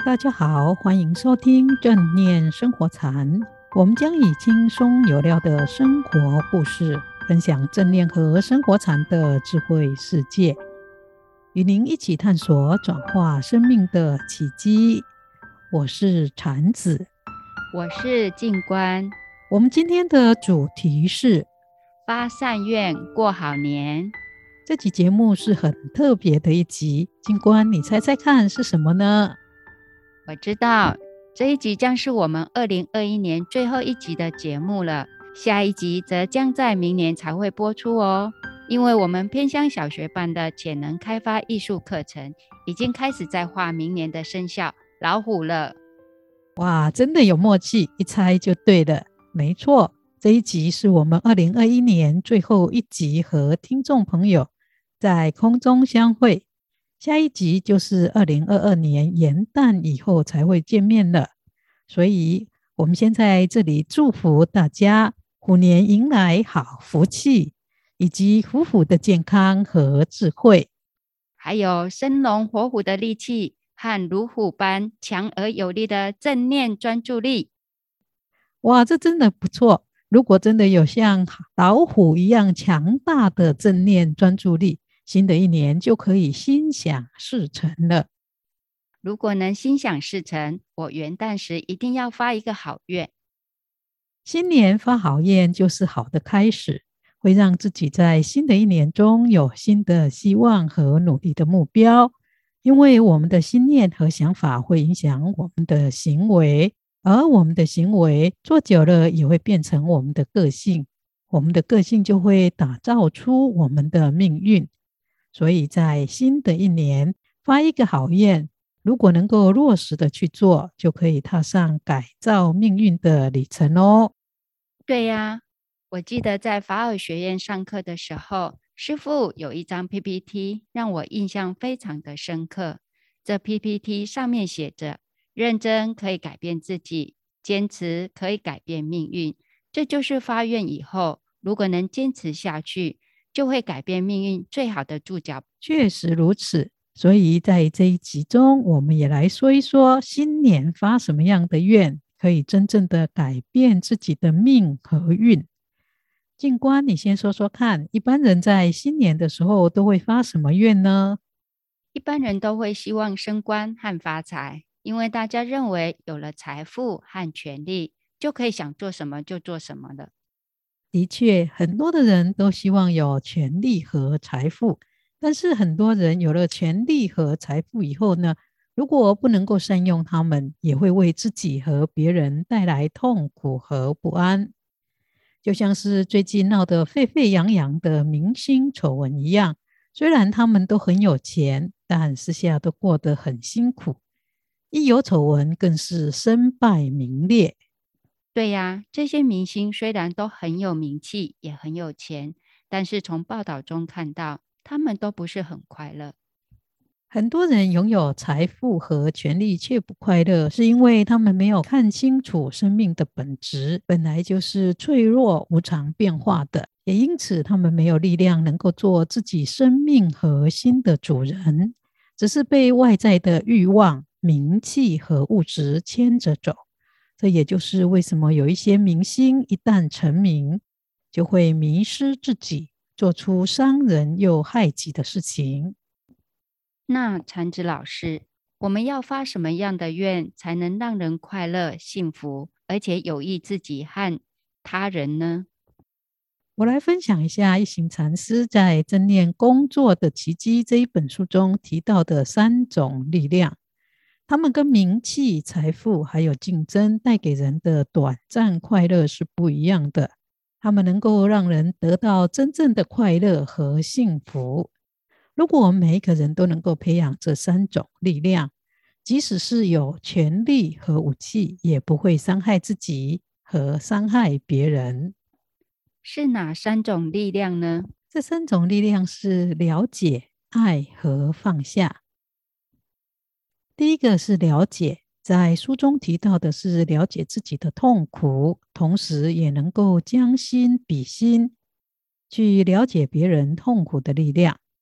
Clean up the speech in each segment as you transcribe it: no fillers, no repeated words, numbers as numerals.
大家好，欢迎收听正念生活禅。我们将以轻松有料的生活故事，分享正念和生活禅的智慧世界，与您一起探索转化生命的契机。我是禅子， 我是静观， 我们今天的主题是发善愿过好年。 这集节目是很特别的一集，静观，你猜猜看是什么呢？ 我知道这一集将是我们2021年最后一集的节目了，下一集则将在明年才会播出哦。因为我们偏乡小学班的潜能开发艺术课程已经开始在画明年的生肖老虎了。 哇，真的有默契，一猜就对了。没错，这一集是我们2021年最后一集和听众朋友在空中相会，下一集就是2022年元旦以后才会见面了。所以，我们先在这里祝福大家虎年迎来好福气，以及虎虎的健康和智慧。 还有生龙活虎的力气和如虎般强而有力的正念专注力。 哇，这真的不错！如果真的有像老虎一样强大的正念专注力，新的一年就可以心想事成了。 如果能心想事成，我元旦时一定要发一个好愿。 新年发好愿就是好的开始，会让自己在新的一年中有新的希望和努力的目标。因为我们的心念和想法会影响我们的行为，而我们的行为做久了也会变成我们的个性，我们的个性就会打造出我们的命运。所以在新的一年发一个好愿，如果能够落实的去做，就可以踏上改造命运的旅程哦。 对呀，我记得在法尔学院上课的时候，师傅有一张 PPT 让我印象非常的深刻。这 PPT 上面写着：认真可以改变自己，坚持可以改变命运。这就是发愿以后，如果能坚持下去，就会改变命运最好的注脚。 确实如此，所以在这一集中，我们也来说一说新年发什么样的愿，可以真正的改变自己的命和运。静观，你先说说看，一般人在新年的时候都会发什么愿呢？ 一般人都会希望升官和发财，因为大家认为有了财富和权力，就可以想做什么就做什么了。 的确，很多的人都希望有权利和财富，但是很多人有了权利和财富以后呢，如果不能够善用他们，也会为自己和别人带来痛苦和不安。就像是最近闹得沸沸扬扬的明星丑闻一样，虽然他们都很有钱，但私下都过得很辛苦，一有丑闻更是身败名裂。 对呀，这些明星虽然都很有名气，也很有钱，但是从报道中看到，他们都不是很快乐。 很多人拥有财富和权力却不快乐，是因为他们没有看清楚生命的本质，本来就是脆弱、无常变化的，也因此他们没有力量能够做自己生命核心的主人，只是被外在的欲望、名气和物质牵着走。这也就是为什么有一些明星一旦成名，就会迷失自己，做出伤人又害己的事情。 那禅子老师，我们要发什么样的愿，才能让人快乐、幸福，而且有益自己和他人呢？ 我来分享一下一行禅师在《正念工作的奇迹》这一本书中提到的3种力量，他们跟名气、财富还有竞争带给人的短暂快乐是不一样的。他们能够让人得到真正的快乐和幸福。如果我们每一个人都能够培养这3种力量，即使是有权力和武器，也不会伤害自己和伤害别人。 是哪3种力量呢？ 这3种力量是了解、爱和放下。第一个是了解，在书中提到的是了解自己的痛苦，同时也能够将心比心，去了解别人痛苦的力量。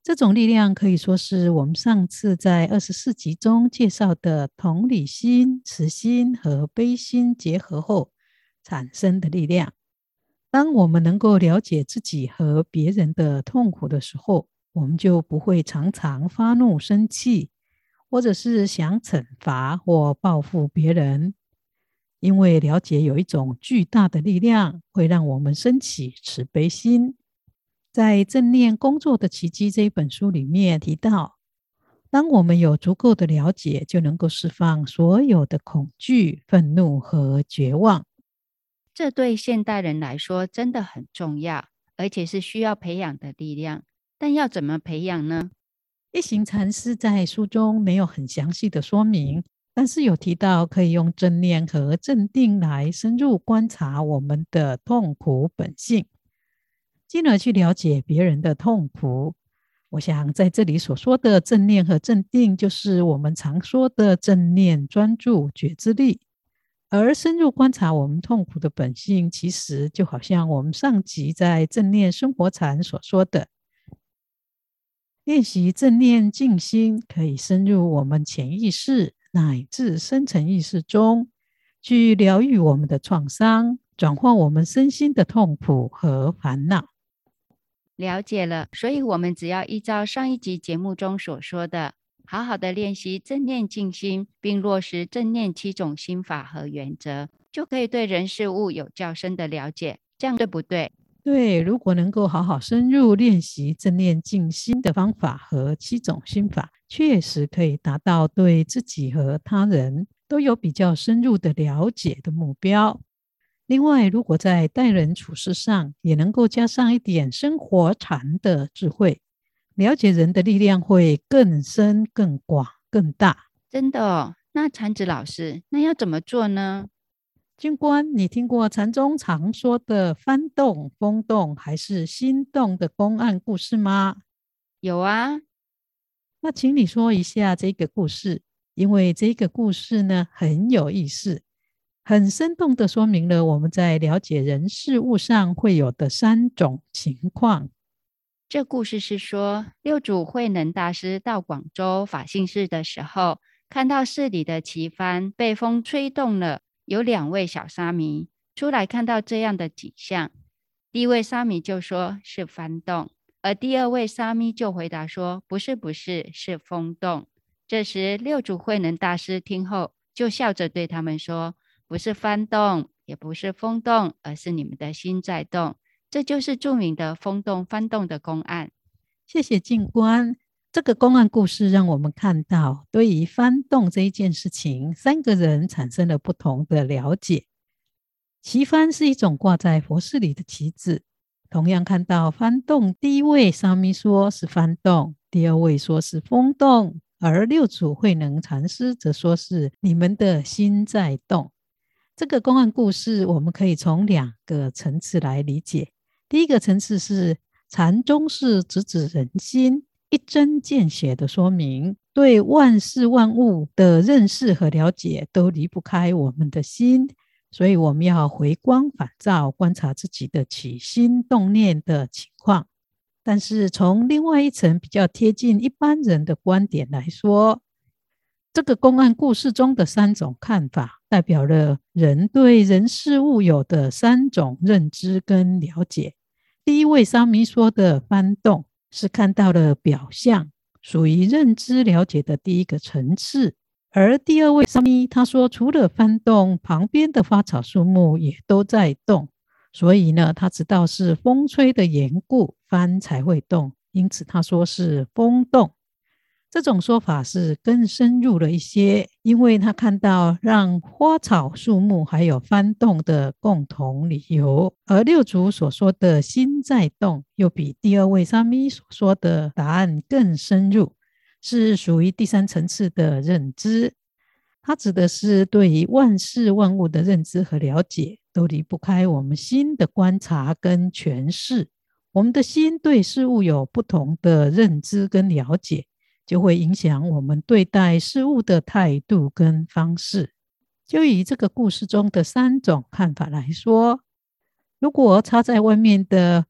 这种力量可以说是我们上次在24集中介绍的同理心、慈心和悲心结合后产生的力量。当我们能够了解自己和别人的痛苦的时候，我们就不会常常发怒生气，或者是想惩罚或报复别人。因为了解有一种巨大的力量会让我们升起慈悲心。在正念工作的奇迹这一本书里面提到，当我们有足够的了解，就能够释放所有的恐惧、愤怒和绝望。 这对现代人来说真的很重要，而且是需要培养的力量。但要怎么培养呢？ 一行禅师在书中没有很详细的说明，但是有提到可以用正念和镇定来深入观察我们的痛苦本性，进而去了解别人的痛苦。我想在这里所说的正念和镇定，就是我们常说的正念、专注、觉知力。而深入观察我们痛苦的本性，其实就好像我们上集在正念生活禅所说的，练习正念静心，可以深入我们潜意识乃至深层意识中，去疗愈我们的创伤，转化我们身心的痛苦和烦恼。 了解了，所以我们只要依照上一集节目中所说的，好好的练习正念静心，并落实正念7种心法和原则，就可以对人事物有较深的了解。这样对不对？ 对，如果能够好好深入练习正念静心的方法和7种心法，确实可以达到对自己和他人都有比较深入的了解的目标。另外，如果在待人处事上也能够加上一点生活禅的智慧，了解人的力量会更深、更广、更大。 真的哦，那禅子老师，那要怎么做呢？ 军官，你听过禅宗常说的幡动、风动还是心动的公案故事吗？ 有啊， 那请你说一下这个故事，因为这个故事呢很有意思，很生动的说明了我们在了解人事物上会有的3种情况。 这故事是说，六祖慧能大师到广州法性寺的时候，看到寺里的旗幡被风吹动了，有2位小沙弥出来看到这样的景象。第一位沙弥就说是幡动，而第2位沙弥就回答说不是不是，是风动。这时六祖慧能大师听后就笑着对他们说，不是幡动，也不是风动，而是你们的心在动。这就是著名的风动幡动的公案。 谢谢静观。这个公案故事让我们看到，对于幡动这一件事情，3个人产生了不同的了解。旗幡是一种挂在佛寺里的旗子，同样看到幡动，第一位沙弥说是幡动，第2位说是风动，而六祖慧能禅师则说是你们的心在动。这个公案故事，我们可以从2个层次来理解。第一个层次是禅宗是直指人心，一针见血的说明，对万事万物的认识和了解都离不开我们的心，所以我们要回光返照，观察自己的起心动念的情况。但是从另外一层比较贴近一般人的观点来说，这个公案故事中的3种看法，代表了人对人事物有的3种认知跟了解。第一位沙弥说的幡动，是看到了表象，属于认知了解的第一个层次。而第2位沙弥他说，除了幡动，旁边的花草树木也都在动，所以呢，他知道是风吹的缘故，幡才会动，因此他说是风动。这种说法是更深入了一些，因为他看到让花草树木还有幡动的共同理由，而六祖所说的心在动，又比第2位沙弥所说的答案更深入，是属于第3层次的认知。它指的是对于万事万物的认知和了解，都离不开我们心的观察跟诠释。我们的心对事物有不同的认知跟了解，就会影响我们对待事物的态度跟方式。就以这个故事中的3种看法来说，如果插在外面的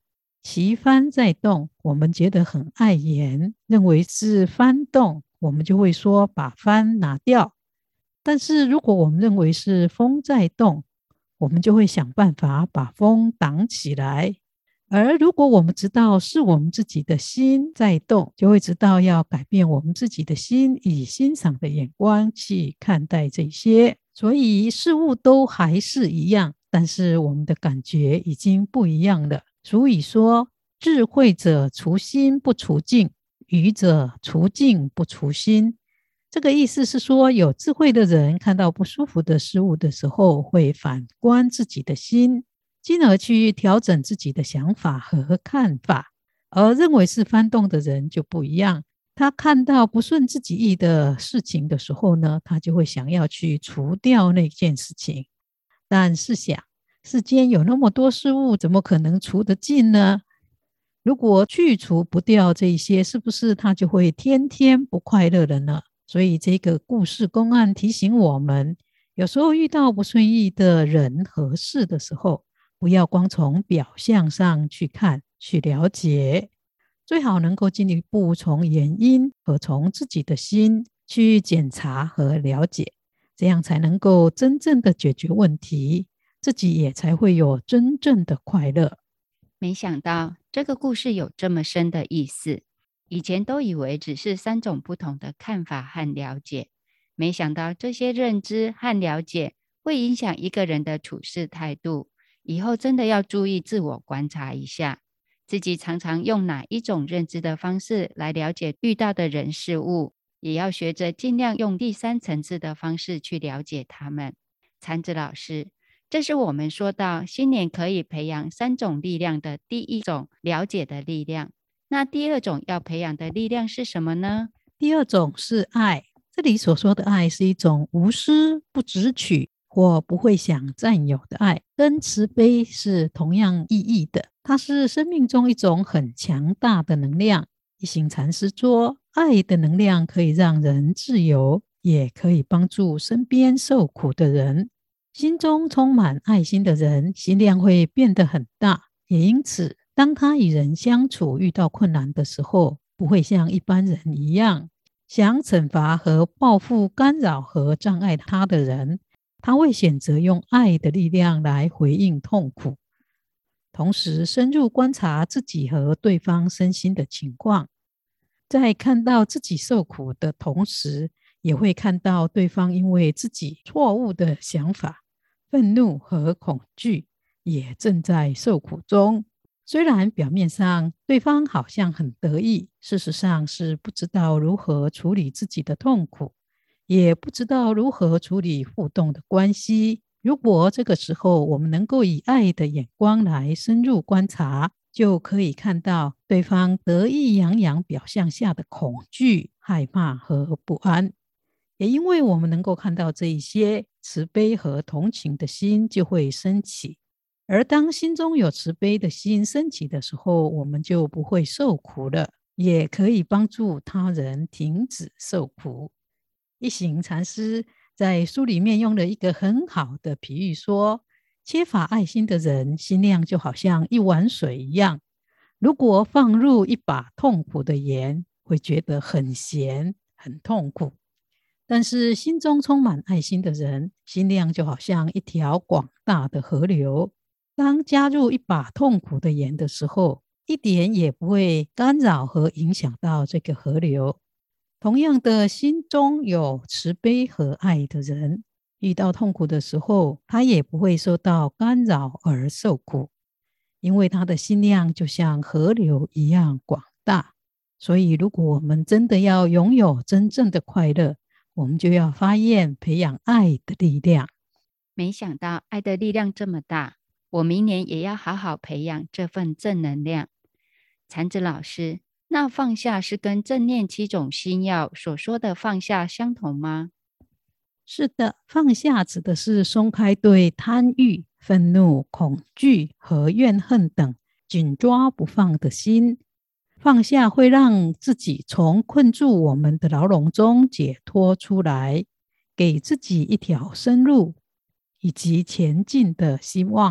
旗幡在动，我们觉得很碍眼，认为是幡动，我们就会说把幡拿掉。但是如果我们认为是风在动，我们就会想办法把风挡起来。而如果我们知道是我们自己的心在动，就会知道要改变我们自己的心，以欣赏的眼光去看待这些。所以事物都还是一样，但是我们的感觉已经不一样了。所以说，智慧者除心不除境，愚者除境不除心。这个意思是说，有智慧的人看到不舒服的事物的时候，会反观自己的心，进而去调整自己的想法和看法。而认为是翻动的人就不一样，他看到不顺自己意的事情的时候呢，他就会想要去除掉那件事情。但试想，世间有那么多事物，怎么可能除得尽呢？如果去除不掉这一些，是不是他就会天天不快乐了呢？所以这个故事公案提醒我们，有时候遇到不顺意的人和事的时候，不要光从表象上去看、去了解，最好能够进一步从原因和从自己的心去检查和了解，这样才能够真正的解决问题，自己也才会有真正的快乐。 没想到这个故事有这么深的意思，以前都以为只是3种不同的看法和了解，没想到这些认知和了解会影响一个人的处事态度。以后真的要注意自我观察一下，自己常常用哪一种认知的方式来了解遇到的人事物，也要学着尽量用第3层次的方式去了解他们。禅子老师，这是我们说到新年可以培养3种力量的第一种了解的力量。那第2种要培养的力量是什么呢？ 第二种是爱，这里所说的爱是一种无私、不执取或不会想占有的爱，跟慈悲是同样意义的。它是生命中一种很强大的能量。一行禅师说，爱的能量可以让人自由，也可以帮助身边受苦的人。心中充满爱心的人，心量会变得很大，也因此，当他与人相处遇到困难的时候，不会像一般人一样想惩罚和报复干扰和障碍他的人，他会选择用爱的力量来回应痛苦，同时深入观察自己和对方身心的情况，在看到自己受苦的同时，也会看到对方因为自己错误的想法、愤怒和恐惧，也正在受苦中。虽然表面上对方好像很得意，事实上是不知道如何处理自己的痛苦，也不知道如何处理互动的关系。如果这个时候我们能够以爱的眼光来深入观察，就可以看到对方得意洋洋表象下的恐惧、害怕和不安。也因为我们能够看到这一些，慈悲和同情的心就会升起。而当心中有慈悲的心升起的时候，我们就不会受苦了，也可以帮助他人停止受苦。一行禅师在书里面用了一个很好的比喻说，缺乏爱心的人，心量就好像一碗水一样，如果放入一把痛苦的盐，会觉得很咸、很痛苦。但是心中充满爱心的人，心量就好像一条广大的河流，当加入一把痛苦的盐的时候，一点也不会干扰和影响到这个河流。同样的，心中有慈悲和爱的人，遇到痛苦的时候，他也不会受到干扰而受苦，因为他的心量就像河流一样广大。所以，如果我们真的要拥有真正的快乐，我们就要发现培养爱的力量。 没想到爱的力量这么大，我明年也要好好培养这份正能量。禅子老师，那放下是跟正念7种心要所说的放下相同吗？ 是的，放下指的是松开对贪欲、愤怒、恐惧和怨恨等紧抓不放的心。放下会让自己从困住我们的牢笼中解脱出来，给自己一条生路以及前进的希望。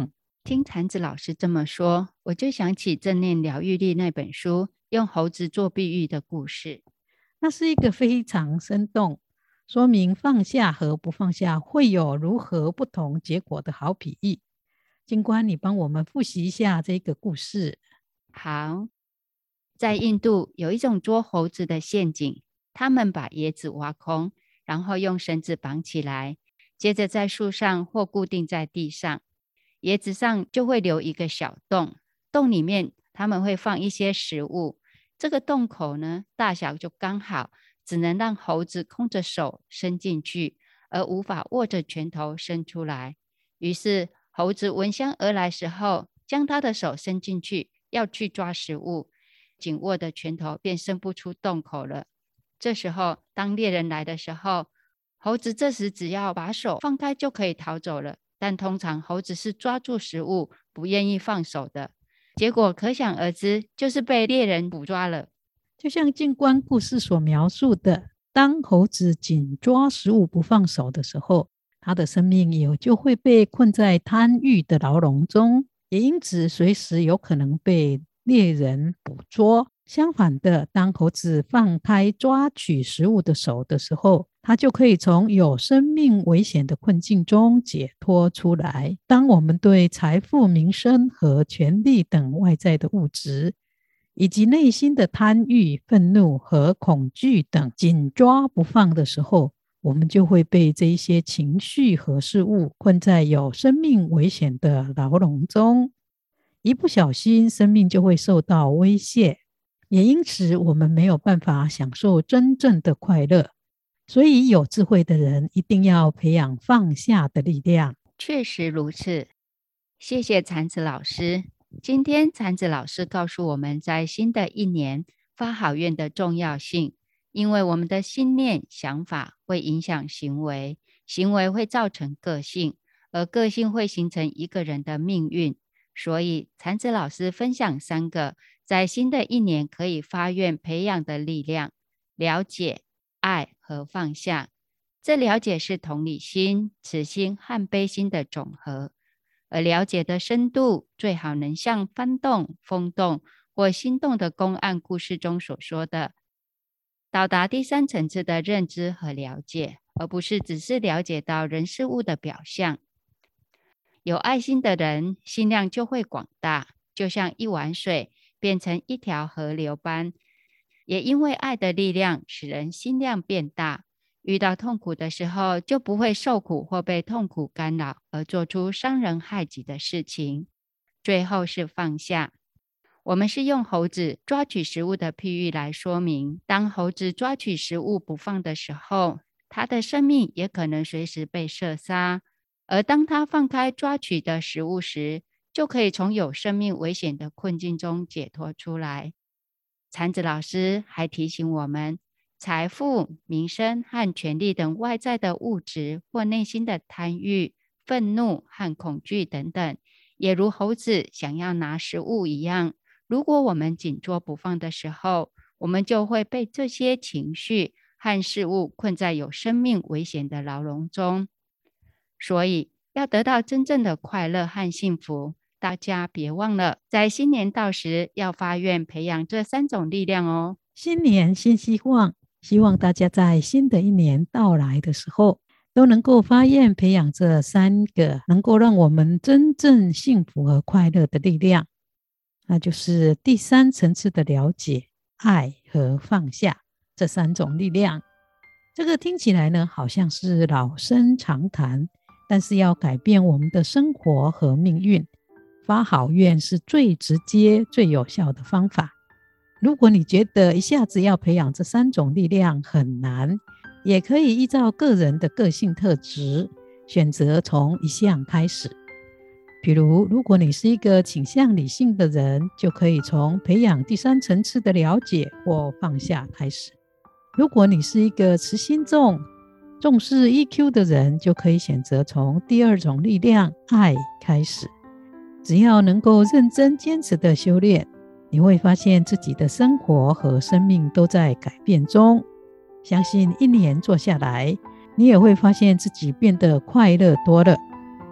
听禅子老师这么说，我就想起正念疗愈力那本书用猴子做比喻的故事。 那是一个非常生动，说明放下和不放下会有如何不同结果的好比喻。警官，你帮我们复习一下这个故事。 好，在印度有一种捉猴子的陷阱，他们把椰子挖空，然后用绳子绑起来，接着在树上或固定在地上，椰子上就会留一个小洞，洞里面他们会放一些食物，这个洞口呢，大小就刚好，只能让猴子空着手伸进去，而无法握着拳头伸出来。于是猴子闻香而来时候，将他的手伸进去，要去抓食物，紧握的拳头便伸不出洞口了。这时候，当猎人来的时候，猴子这时只要把手放开就可以逃走了。但通常猴子是抓住食物，不愿意放手的。结果可想而知，就是被猎人捕抓了。 就像警官故事所描述的，当猴子紧抓食物不放手的时候，它的生命也就会被困在贪欲的牢笼中，也因此随时有可能被猎人捕捉。相反的，当猴子放开抓取食物的手的时候，它就可以从有生命危险的困境中解脱出来。当我们对财富、名声和权力等外在的物质，以及内心的贪欲、愤怒和恐惧等紧抓不放的时候，我们就会被这一些情绪和事物困在有生命危险的牢笼中，一不小心，生命就会受到威胁，也因此我们没有办法享受真正的快乐。所以有智慧的人一定要培养放下的力量。 确实如此，谢谢禅子老师。今天禅子老师告诉我们，在新的一年发好愿的重要性，因为我们的心念、想法会影响行为，行为会造成个性，而个性会形成一个人的命运。所以禅子老师分享3个在新的一年可以发愿培养的力量：了解、爱和放下。这了解是同理心、慈心和悲心的总和，而了解的深度最好能像幡动、风动或心动的公案故事中所说的，到达第3层次的认知和了解，而不是只是了解到人事物的表象。有爱心的人，心量就会广大，就像一碗水变成一条河流般，也因为爱的力量使人心量变大，遇到痛苦的时候就不会受苦或被痛苦干扰而做出伤人害己的事情。最后是放下，我们是用猴子抓取食物的譬喻来说明，当猴子抓取食物不放的时候，它的生命也可能随时被射杀，而当它放开抓取的食物时，就可以从有生命危险的困境中解脱出来。禅子老师还提醒我们，财富、名声和权力等外在的物质或内心的贪欲、愤怒和恐惧等等，也如猴子想要拿食物一样，如果我们紧捉不放的时候，我们就会被这些情绪和事物困在有生命危险的牢笼中。所以要得到真正的快乐和幸福，大家别忘了在新年到时要发愿培养这3种力量哦。 新年新希望，希望大家在新的一年到来的时候，都能够发愿培养这3个能够让我们真正幸福和快乐的力量，那就是第3层次的了解、爱和放下这3种力量。这个听起来呢，好像是老生常谈，但是要改变我们的生活和命运，发好愿是最直接、最有效的方法。如果你觉得一下子要培养这3种力量很难，也可以依照个人的个性特质，选择从1项开始。比如，如果你是一个倾向理性的人，就可以从培养第3层次的了解或放下开始。如果你是一个慈心重、重视 EQ 的人，就可以选择从第2种力量爱开始。只要能够认真坚持的修炼，你会发现自己的生活和生命都在改变中。相信1年做下来，你也会发现自己变得快乐多了。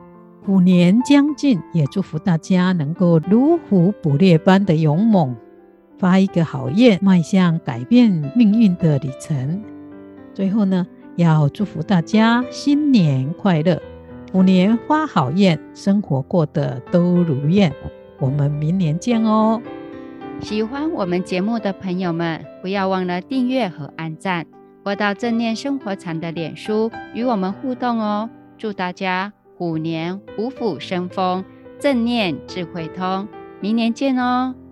虎年将近，也祝福大家能够如虎捕猎般的勇猛，发一个好愿，迈向改变命运的里程。最后呢，要祝福大家新年快乐，虎年发好愿，生活过得都如愿。我们明年见哦。 喜欢我们节目的朋友们，不要忘了订阅和按赞，或到正念生活场的脸书与我们互动哦。祝大家虎年虎虎生风，正念智慧通，明年见哦。